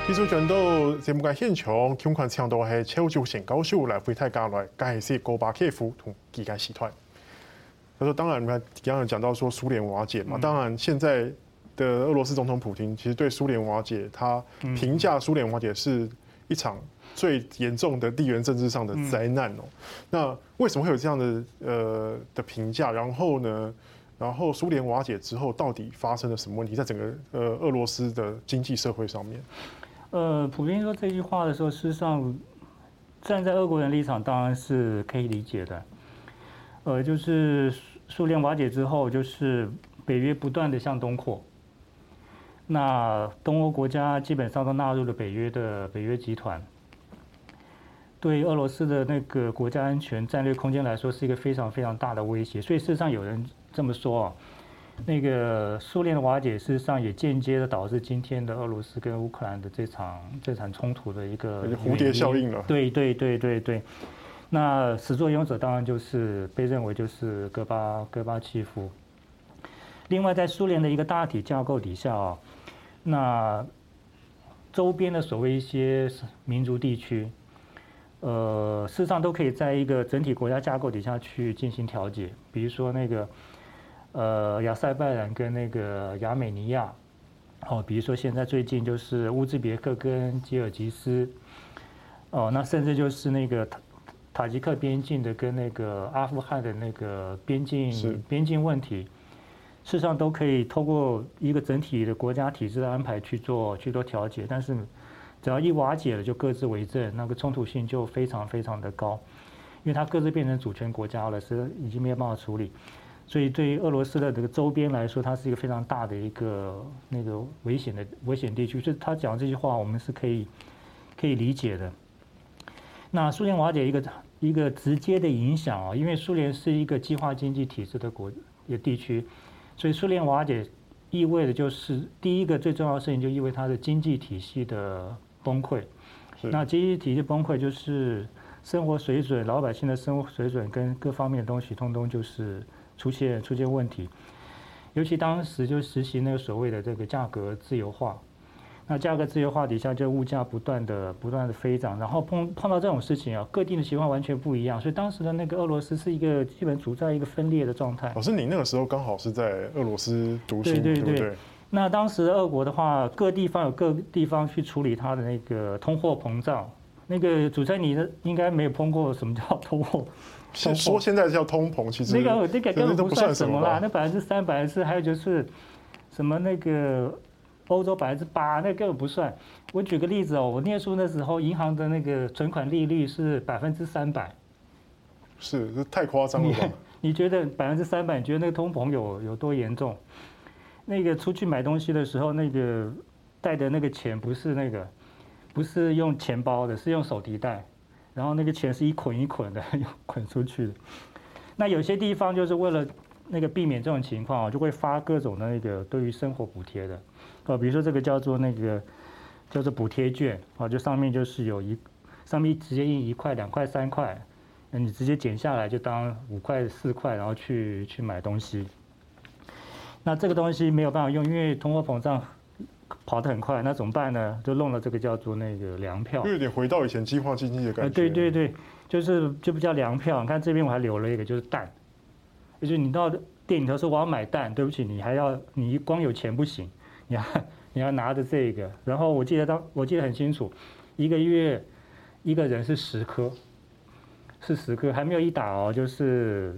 其實講到節目嘅現場，今款唱到係超級前高手來為大家來解釋戈巴契夫同幾個集團。他說：“當然，剛剛講到說蘇聯瓦解嘛，當然現在的俄羅斯總統普京其實對蘇聯瓦解，他評價蘇聯瓦解是一場最嚴重的地緣政治上的災難哦。那為什麼會有這樣的評價？然後呢？然後蘇聯瓦解之後，到底發生了什麼問題？在整個俄羅斯的經濟社會上面？” 普京說這句話的時候，事實上站在俄國人立場，當然是可以理解的。就是蘇聯瓦解之後，就是北約不斷的向東擴，那東歐國家基本上都納入了北約集團，對俄羅斯的那個國家安全戰略空間來說，是一個非常非常大的威脅。所以事實上有人這麼說啊，那個蘇聯的瓦解，事實上也間接的導致今天的俄羅斯跟烏克蘭的這場衝突的一個蝴蝶效應了。 對。那始作俑者當然就是被認為就是戈巴契夫。另外，在蘇聯的一個大體架構底下啊，那周邊的所謂一些民族地區，事實上都可以在一個整體國家架構底下去進行調解。比如說那個亞塞拜然跟那個亞美尼亞，比如說現在最近就是烏茲別克跟吉爾吉斯，那甚至就是那個塔吉克邊境的跟那個阿富汗的那個邊境問題，事實上都可以透過一個整體的國家體制的安排去做調解，但是只要一瓦解了，就各自為政，那個衝突性就非常非常的高，因為它各自變成主權國家了，是已經沒有辦法處理，所以對於俄羅斯的這個周邊來說，它是一個非常大的一個那個危險地區，所以他講這句話，我們是可以理解的。那蘇聯瓦解一個直接的影響啊，因為蘇聯是一個計劃經濟體制的地區，所以蘇聯瓦解意味的就是第一個最重要的事情，就意味它的經濟體系的崩潰。那經濟體系崩潰就是生活水準，老百姓的生活水準跟各方面的東西，通通就是出現問題。尤其當時就實行那個所謂的這個價格自由化。那價格自由化底下，就物價不斷的飛漲，然後碰到這種事情啊，各地的情況完全不一樣，所以當時的那個俄羅斯是一個基本處在一個分裂的狀態。 老師，你那個時候剛好是在俄羅斯讀書，對不對？ 那當時俄國的話，各地方有各地方去處理它的那個通貨膨脹。那個主持人，你應該沒有碰過什麼叫通貨？ 說現在叫通膨，其實那個根本不算什麼啦，那3%、4%，還有就是什麼那個。歐洲8%，那根本不算。我舉個例子哦，我念書的時候，銀行的那個存款利率是300%， 是太誇張了吧？ 你覺得300%？你覺得那個通膨有多嚴重？那個出去買東西的時候，那個帶的那個錢不是用錢包的，是用手提袋，然後那個錢是一捆一捆的捆出去的。那有些地方就是為了那個避免這種情況，就會發各種的那個對於生活補貼的。比如說這個叫做補貼券啊，就上面就是上面直接印1塊、2塊、3塊，你直接減下來就當5塊、4塊，然後去買東西。那這個東西沒有辦法用，因為通貨膨脹跑得很快，那怎麼辦呢？就弄了這個叫做那個糧票， 就有點回到以前計劃經濟的感覺。 對，就不叫糧票。你看這邊我還留了一個，就是蛋，就是你到店裡頭說我要買蛋，對不起，你光有錢不行。你要拿着這個，然後我記得很清楚，一個月一個人是10顆，還沒有一打哦，就是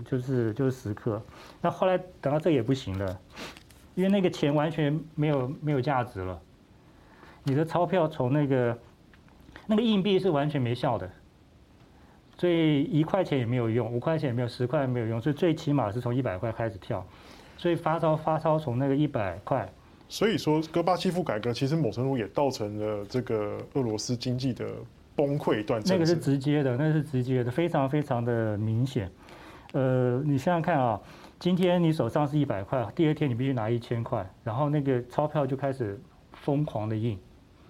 10顆。那後來等到這也不行了，因為那個錢完全沒有價值了，你的鈔票從那個硬幣是完全沒效的，所以1塊錢也沒有用，5塊錢也沒有，10塊也沒有用，所以最起碼是從100塊開始跳，所以發鈔從那個100塊。 所以說，戈巴契夫改革其實某程度也造成了這個俄羅斯經濟的崩潰斷層。 那個是直接的，非常非常的明顯。你想想看啊，今天你手上是100塊，第二天你必須拿1000塊，然後那個鈔票就開始瘋狂的印。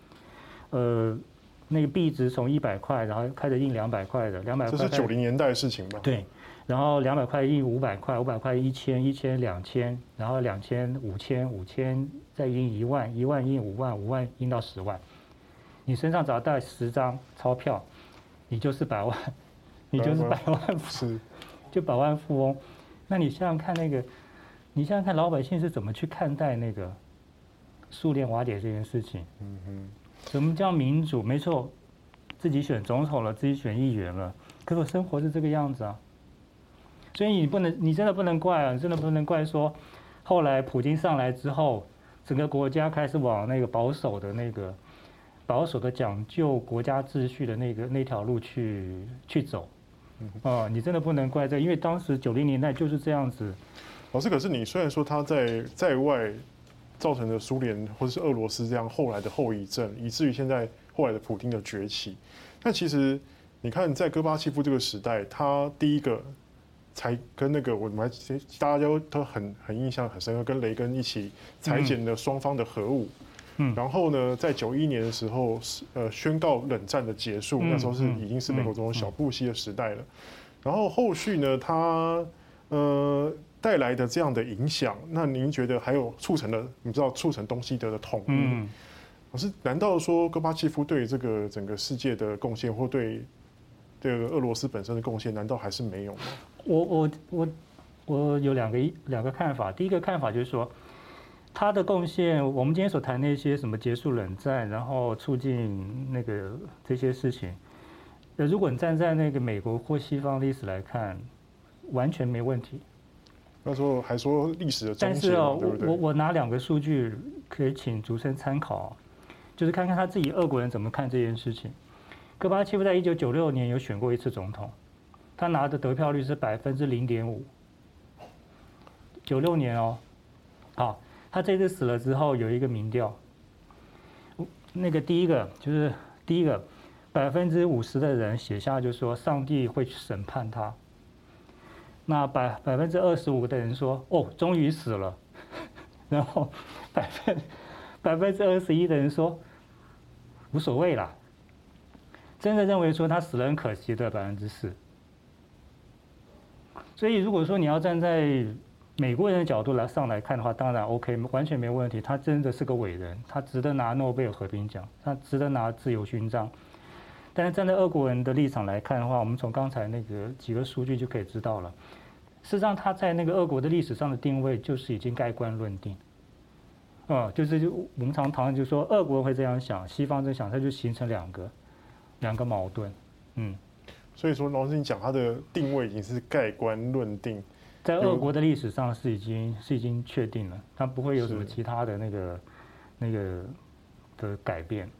那個幣值從100塊，然後開始印200塊的，200塊。 這是90年代的事情吧？ 對。然後200塊印500塊，500塊1000，1000 2000，然後2000 5000，5000再印1萬，1萬印5萬，5萬印到10萬， 你身上只要带10张钞票，你就是百万，你就是百万富，就百万富翁。那你想想看你想想看老百姓是怎么去看待那个苏联瓦解这件事情？什么叫民主？没错，自己选总统了，自己选议员了，可是我生活是这个样子啊。所以你真的不能怪啊，你真的不能怪说，后来普京上来之后，整个国家开始往那个保守的讲究国家秩序的那条路去走。你真的不能怪这，因为当时90年代就是这样子。 老师，可是你虽然说他在外造成了苏联或者是俄罗斯这样后来的后遗症，以至于现在后来的普丁的崛起，但其实你看，在戈巴契夫这个时代，他第一个才跟那个我们大家都很印象很深刻，跟雷根一起裁减了双方的核武。然后呢，在91年的时候，宣告冷战的结束，那时候已经是美国总统小布希的时代了。然后后续呢，他带来的这样的影响，那您觉得还有促成东西德的统一？可是难道说戈巴契夫对这个整个世界的贡献，或对这个俄罗斯本身的贡献，难道还是没有吗？ 我有两个看法。第一个看法就是说，他的贡献，我们今天所谈那些什么结束冷战，然后促进那个这些事情，如果你站在那个美国或西方历史来看，完全没问题。 那时候还说历史的终结嘛，对不对？ 我拿2个数据可以请主持人参考，就是看看他自己俄国人怎么看这件事情。戈巴契夫在1996年有选过1次总统，他拿的得票率是0.5%。96年哦，好，他这次死了之后有一个民调，那个第一个50%的人写下就说上帝会审判他。那25%的人说哦，终于死了，然后21%的人说无所谓啦，真的认为说他死了很可惜的4%。所以如果说你要站在美国人的角度上来看的话，当然 OK， 完全没问题，他真的是个伟人，他值得拿诺贝尔和平奖，他值得拿自由勋章。但是站在俄国人的立场来看的话，我们从刚才那个几个数据就可以知道了。事实上，他在那个俄国的历史上的定位就是已经盖棺论定。就是我们常谈就说俄国人会这样想，西方这样想，它就形成两个矛盾。 所以说，老师你讲他的定位已经是盖棺论定， 在俄国的历史上是已经确定了，它不会有什么其他的那个的改变。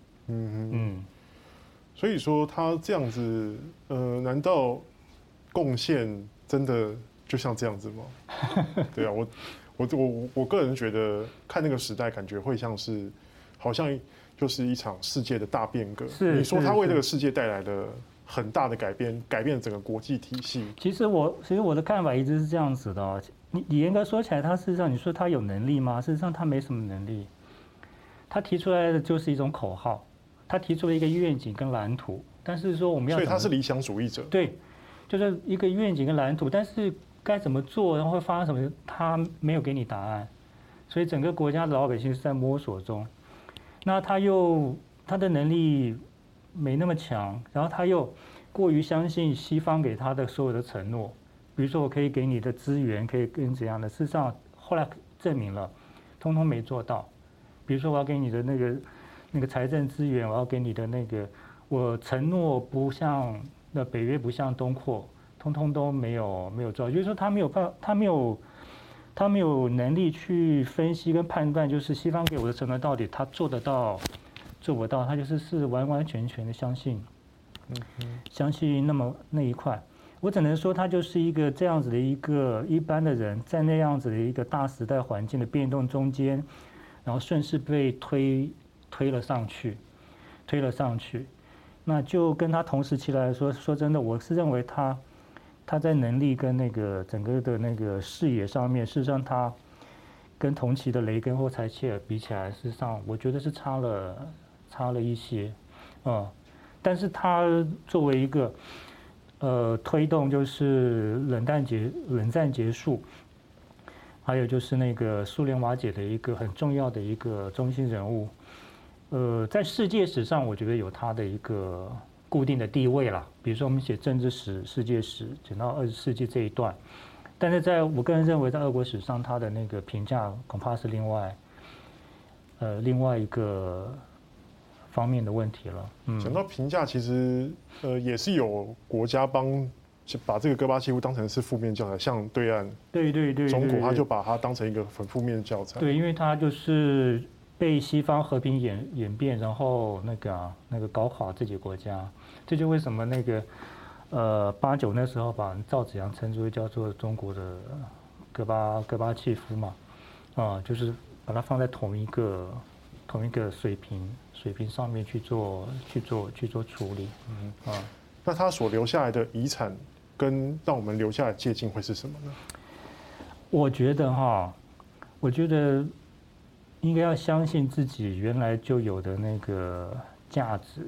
所以说他这样子，难道贡献真的就像这样子吗？对啊，我个人觉得看那个时代，感觉会像是，好像就是一场世界的大变革。你说他为这个世界带来了很大的改变，改变整个国际体系。 其实我的看法一直是这样子的哦。你严格说起来，他事实上你说他有能力吗？事实上他没什么能力。他提出来的就是一种口号，他提出了一个愿景跟蓝图，但是说我们要， 所以他是理想主义者。 对，就是一个愿景跟蓝图，但是该怎么做，然后会发生什么，他没有给你答案，所以整个国家的老百姓是在摸索中。那他的能力没那么强，然后他又过于相信西方给他的所有的承诺，比如说我可以给你的资源，可以跟怎样的，事实上后来证明了，通通没做到。比如说我要给你的那个财政资源，我要给你的那个，我承诺不像那北约不像东扩，通通都没有做到，就是说他没有能力去分析跟判断，就是西方给我的承诺到底他做得到做不到，他是完完全全的相信，相信那一块。我只能说他就是一个这样子的一个一般的人，在那样子的一个大时代环境的变动中间，然后顺势被推了上去，那就跟他同时期来说真的，我是认为他在能力跟那个整个的那个视野上面，事实上他跟同期的雷根或柴契尔比起来，事实上我觉得是差了一些，但是他作为一个推动就是冷战结束，还有就是那个苏联瓦解的一个很重要的一个中心人物， 在世界史上，我觉得有它的一个固定的地位啦。比如说，我们写政治史、世界史，讲到20世纪这一段，但是在我个人认为，在俄国史上，它的那个评价恐怕是另外一个方面的问题了。 讲到评价，其实也是有国家把这个戈巴契夫当成是负面教材，像对岸对中国，他就把它当成一个很负面的教材。 对，因为他就是被西方和平演变，然后那个搞垮自己国家，这就为什么那个89那时候把赵紫阳称之为叫做中国的戈巴契夫嘛，就是把它放在同一个水平上面去做处理。 那他所留下来的遗产跟让我们留下来的借鉴会是什么呢？ 我觉得应该要相信自己原来就有的那个价值。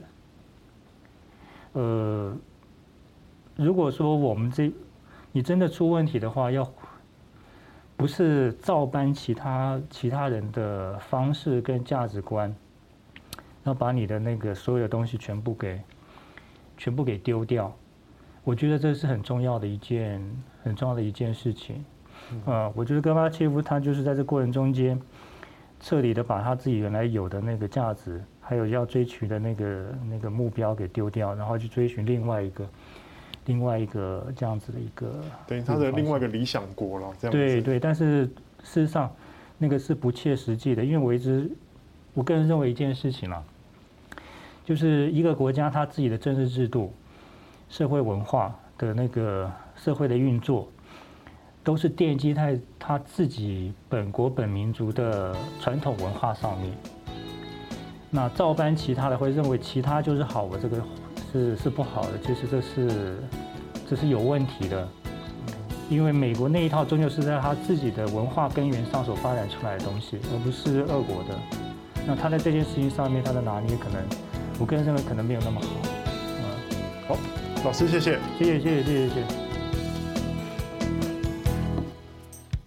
如果说你真的出问题的话，不是照搬其他人的方式跟价值观，要把你的那个所有的东西全部给丢掉。我觉得这是很重要的一件事情。我觉得戈巴契夫他就是在这过程中间，彻底的把他自己原来有的那个价值，还有要追求的那个目标给丢掉，然后去追寻另外一个这样子的一个， 等于他的另外一个理想国了，这样子。 对，但是事实上那个是不切实际的，因为我个人认为一件事情啦，就是一个国家它自己的政治制度、社会文化的那个社会的运作，都是奠基在他自己本国本民族的传统文化上面。那照搬其他的，会认为其他就是好，我这个是不好的，其实这是有问题的。因为美国那一套终究是在他自己的文化根源上所发展出来的东西，而不是俄国的。那他在这件事情上面，他的拿捏可能，我个人认为可能没有那么好。 好，老师谢谢。 谢谢。